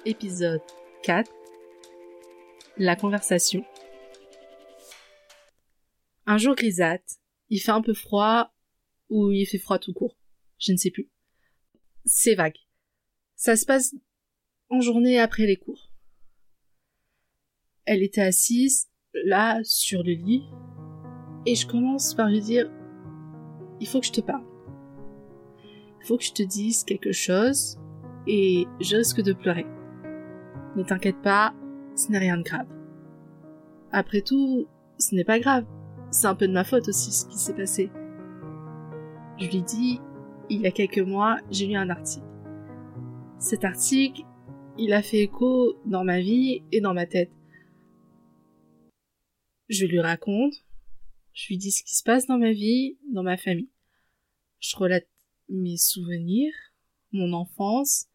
épisode 4, la conversation. Un jour grisâtre, il fait un peu froid, ou il fait froid tout court, je ne sais plus. C'est vague. Ça se passe en journée après les cours. Elle était assise, là, sur le lit, et je commence par lui dire « Il faut que je te parle. Il faut que je te dise quelque chose, et je risque de pleurer. Ne t'inquiète pas, ce n'est rien de grave. Après tout, ce n'est pas grave. C'est un peu de ma faute aussi, ce qui s'est passé. » Je lui dis, il y a quelques mois, j'ai lu un article. Cet article, il a fait écho dans ma vie et dans ma tête. Je lui raconte, je lui dis ce qui se passe dans ma vie, dans ma famille. Je relate mes souvenirs, mon enfance,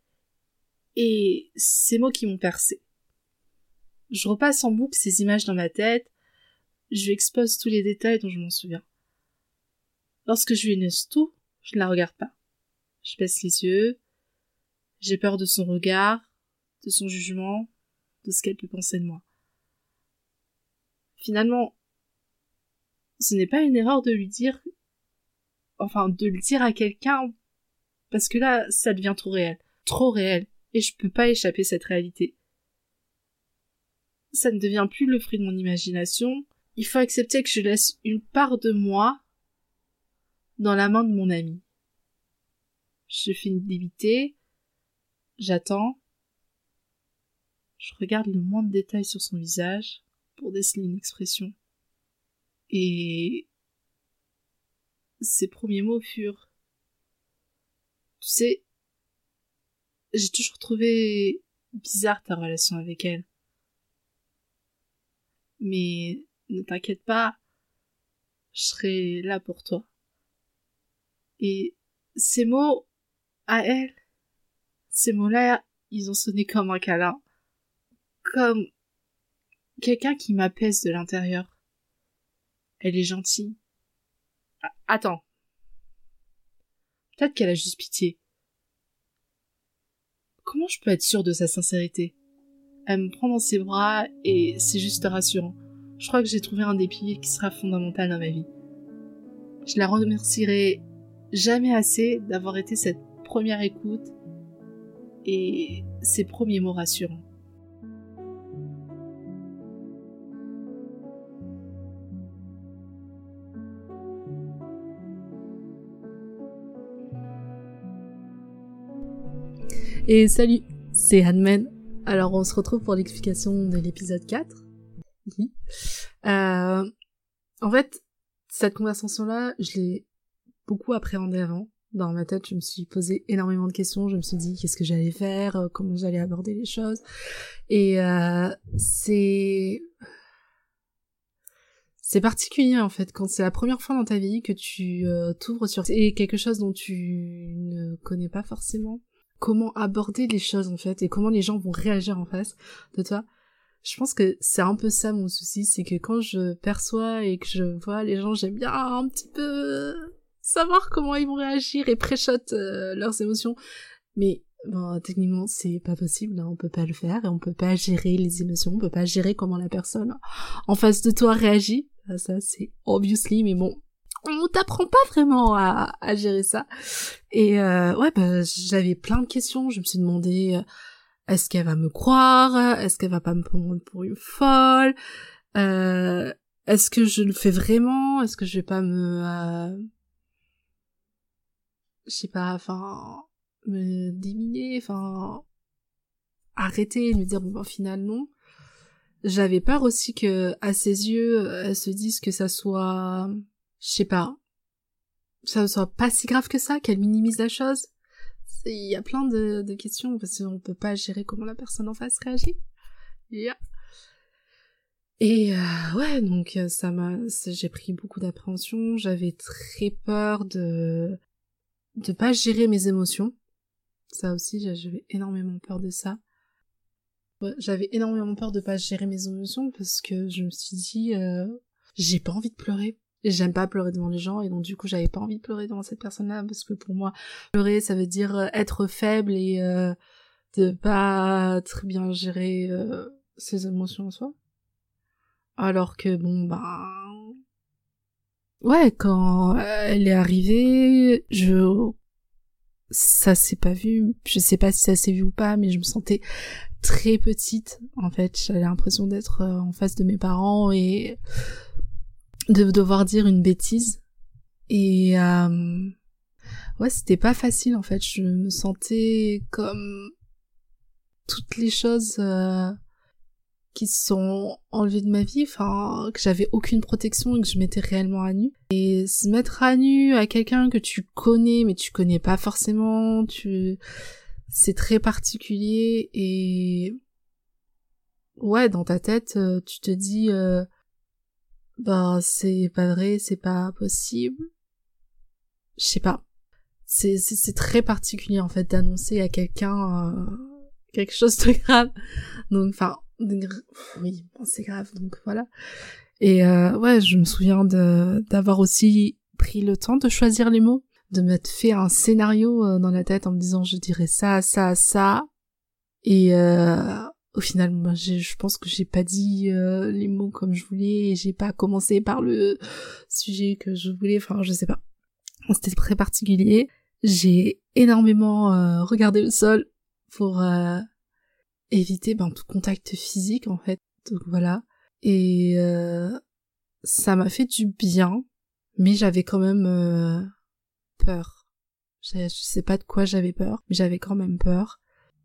et ces mots qui m'ont percé. Je repasse en boucle ces images dans ma tête, je lui expose tous les détails dont je m'en souviens. Lorsque je lui énonce tout, je ne la regarde pas. Je baisse les yeux, j'ai peur de son regard, de son jugement, de ce qu'elle peut penser de moi. Finalement, ce n'est pas une erreur de lui dire, de le dire à quelqu'un, parce que là, ça devient trop réel, et je peux pas échapper à cette réalité. Ça ne devient plus le fruit de mon imagination, il faut accepter que je laisse une part de moi dans la main de mon ami. Je finis d'éviter, j'attends, je regarde le moindre détail sur son visage pour déceler une expression. Et ses premiers mots furent « Tu sais, j'ai toujours trouvé bizarre ta relation avec elle. Mais ne t'inquiète pas, je serai là pour toi. » Et ces mots, à elle, ces mots-là, ils ont sonné comme un câlin. Comme quelqu'un qui m'apaise de l'intérieur. Elle est gentille. Attends. Peut-être qu'elle a juste pitié. Comment je peux être sûre de sa sincérité ? Elle me prend dans ses bras et c'est juste rassurant. Je crois que j'ai trouvé un des piliers qui sera fondamental dans ma vie. Je la remercierai jamais assez d'avoir été cette première écoute et ces premiers mots rassurants. Et salut, c'est Hanmen. Alors on se retrouve pour l'explication de l'épisode 4. En fait, cette conversation-là, je l'ai beaucoup appréhendée avant. Dans ma tête, je me suis posé énormément de questions. Je me suis dit qu'est-ce que j'allais faire, comment j'allais aborder les choses. Et c'est particulier en fait quand c'est la première fois dans ta vie que tu t'ouvres sur quelque chose dont tu ne connais pas forcément. Comment aborder les choses en fait et comment les gens vont réagir en face de toi. Je pense que c'est un peu ça mon souci, c'est que quand je perçois et que je vois les gens, j'aime bien un petit peu savoir comment ils vont réagir et préchote leurs émotions. Mais bon, techniquement, c'est pas possible, hein, on peut pas le faire et on peut pas gérer les émotions, on peut pas gérer comment la personne en face de toi réagit. Ça, c'est obviously, mais bon, on t'apprend pas vraiment à gérer ça. Et j'avais plein de questions, je me suis demandé est-ce qu'elle va me croire, est-ce qu'elle va pas me prendre pour une folle, est-ce que je le fais vraiment, est-ce que je vais pas me me déminer, arrêter et me dire bon, au final non. J'avais peur aussi que à ses yeux elle se dise que ça soit ça soit pas si grave que ça, qu'elle minimise la chose. Il y a plein de questions parce qu'on peut pas gérer comment la personne en face réagit. Yeah. Et donc j'ai pris beaucoup d'appréhension, j'avais très peur de pas gérer mes émotions. Ça aussi, j'avais énormément peur de ça. Ouais, j'avais énormément peur de pas gérer mes émotions parce que je me suis dit j'ai pas envie de pleurer. J'aime pas pleurer devant les gens et donc du coup j'avais pas envie de pleurer devant cette personne-là parce que pour moi pleurer ça veut dire être faible et de pas très bien gérer ses émotions en soi. Alors que bon, ben... Ouais, quand elle est arrivée, ça s'est pas vu, je sais pas si ça s'est vu ou pas, mais je me sentais très petite, en fait. J'avais l'impression d'être en face de mes parents et de devoir dire une bêtise. Et ouais, c'était pas facile, en fait. Je me sentais comme toutes les choses qui se sont enlevées de ma vie, enfin, que j'avais aucune protection et que je m'étais réellement à nu. Et se mettre à nu à quelqu'un que tu connais, mais tu connais pas forcément, c'est très particulier et ouais, dans ta tête, tu te dis, bah, c'est pas vrai, c'est pas possible. Je sais pas. C'est très particulier, en fait, d'annoncer à quelqu'un quelque chose de grave. Donc, enfin, oui, bon, c'est grave, donc voilà. Et ouais, je me souviens d'avoir aussi pris le temps de choisir les mots, de m'être fait un scénario dans la tête en me disant je dirais ça, ça, ça. Et au final, ben, je pense que j'ai pas dit les mots comme je voulais et j'ai pas commencé par le sujet que je voulais, enfin, je sais pas. C'était très particulier. J'ai énormément regardé le sol pour éviter tout contact physique en fait, donc voilà. Et ça m'a fait du bien, mais j'avais quand même peur. Je sais pas de quoi j'avais peur, mais j'avais quand même peur.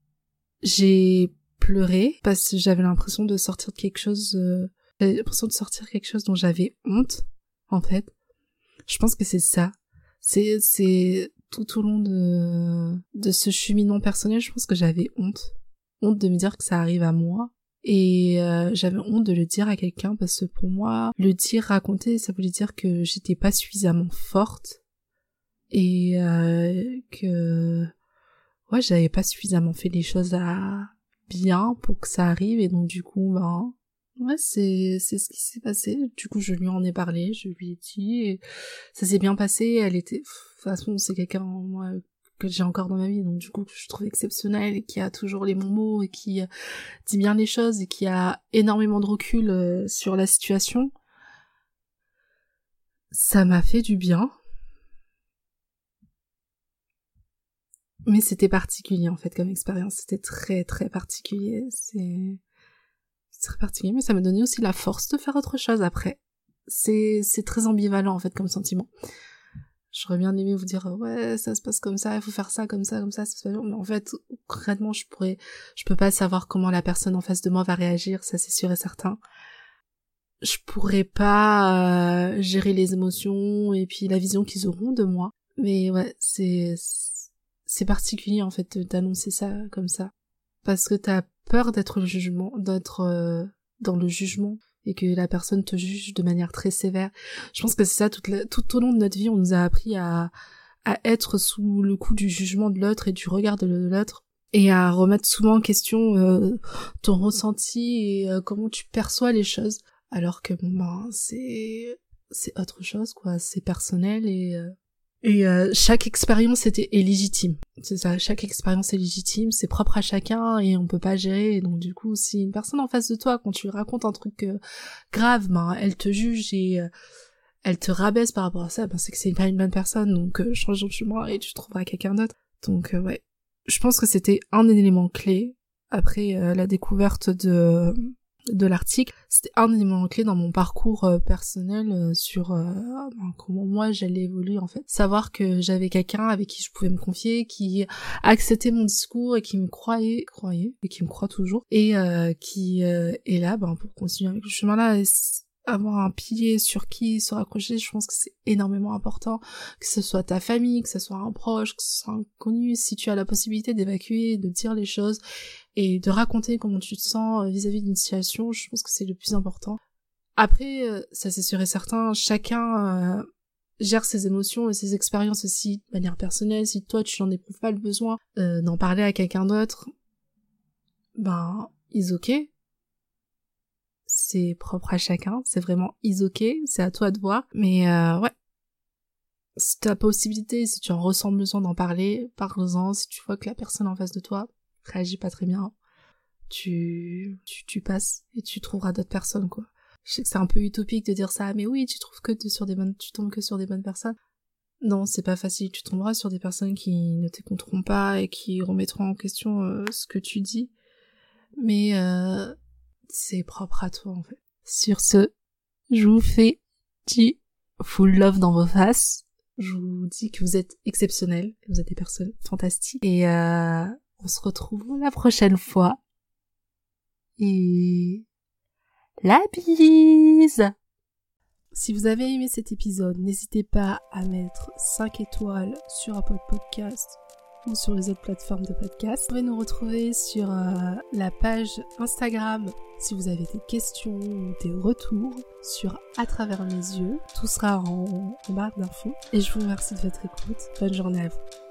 J'ai pleuré parce que j'avais l'impression de sortir de quelque chose, j'avais l'impression de sortir quelque chose dont j'avais honte, en fait. Je pense que c'est ça. C'est tout au long de ce cheminement personnel, je pense que j'avais honte. Honte de me dire que ça arrive à moi. Et j'avais honte de le dire à quelqu'un parce que pour moi, le dire, raconter, ça voulait dire que j'étais pas suffisamment forte et que ouais, j'avais pas suffisamment fait les choses bien pour que ça arrive et donc du coup, ouais, c'est ce qui s'est passé. Du coup, je lui en ai parlé, je lui ai dit et ça s'est bien passé. Elle était, de toute façon, c'est quelqu'un, moi, que j'ai encore dans ma vie, donc du coup que je trouve exceptionnel et qui a toujours les bons mots et qui dit bien les choses et qui a énormément de recul sur la situation. Ça m'a fait du bien. Mais c'était particulier en fait comme expérience, c'était très très particulier, c'est très particulier, mais ça m'a donné aussi la force de faire autre chose après. C'est très ambivalent en fait comme sentiment. J'aurais bien aimé vous dire ouais ça se passe comme ça, il faut faire ça comme ça, ça se passe bien. Mais en fait concrètement je peux pas savoir comment la personne en face de moi va réagir, ça c'est sûr et certain. Je pourrais pas gérer les émotions et puis la vision qu'ils auront de moi. Mais ouais c'est particulier en fait d'annoncer ça comme ça parce que t'as peur d'être dans le jugement et que la personne te juge de manière très sévère. Je pense que c'est ça tout au long de notre vie, on nous a appris à être sous le coup du jugement de l'autre et du regard de l'autre et à remettre souvent en question ton ressenti et comment tu perçois les choses alors que c'est autre chose quoi, c'est personnel et chaque expérience est légitime. C'est ça, chaque expérience est légitime, c'est propre à chacun et on peut pas gérer. Et donc du coup, si une personne en face de toi, quand tu lui racontes un truc grave, elle te juge et elle te rabaisse par rapport à ça, c'est que c'est pas une bonne personne. Donc change de chemin et tu trouveras quelqu'un d'autre. Donc ouais, je pense que c'était un élément clé après la découverte de l'article, c'était un élément clé dans mon parcours personnel sur comment moi j'allais évoluer en fait. Savoir que j'avais quelqu'un avec qui je pouvais me confier, qui acceptait mon discours et qui me croyait et qui me croit toujours et qui est là pour continuer avec le chemin là et avoir un pilier sur qui se raccrocher, je pense que c'est énormément important, que ce soit ta famille, que ce soit un proche, que ce soit un connu, si tu as la possibilité d'évacuer, de dire les choses et de raconter comment tu te sens vis-à-vis d'une situation, je pense que c'est le plus important. Après, ça c'est sûr et certain, chacun gère ses émotions et ses expériences aussi de manière personnelle. Si toi tu n'en éprouves pas le besoin d'en parler à quelqu'un d'autre, is ok. C'est propre à chacun, c'est vraiment is ok, c'est à toi de voir. Mais ouais, si t'as la possibilité, si tu en ressens besoin d'en parler, parle-en. Si tu vois que la personne en face de toi réagit pas très bien, tu passes et tu trouveras d'autres personnes, quoi. Je sais que c'est un peu utopique de dire ça, mais oui, tu tombes que sur des bonnes personnes. Non, c'est pas facile, tu tomberas sur des personnes qui ne t'écouteront pas et qui remettront en question ce que tu dis. Mais c'est propre à toi, en fait. Sur ce, je vous fais du full love dans vos faces. Je vous dis que vous êtes exceptionnels, que vous êtes des personnes fantastiques. Et on se retrouve la prochaine fois. Et la bise! Si vous avez aimé cet épisode, n'hésitez pas à mettre 5 étoiles sur Apple Podcast ou sur les autres plateformes de podcast. Vous pouvez nous retrouver sur la page Instagram si vous avez des questions ou des retours sur À travers mes yeux. Tout sera en barre d'infos. Et je vous remercie de votre écoute. Bonne journée à vous.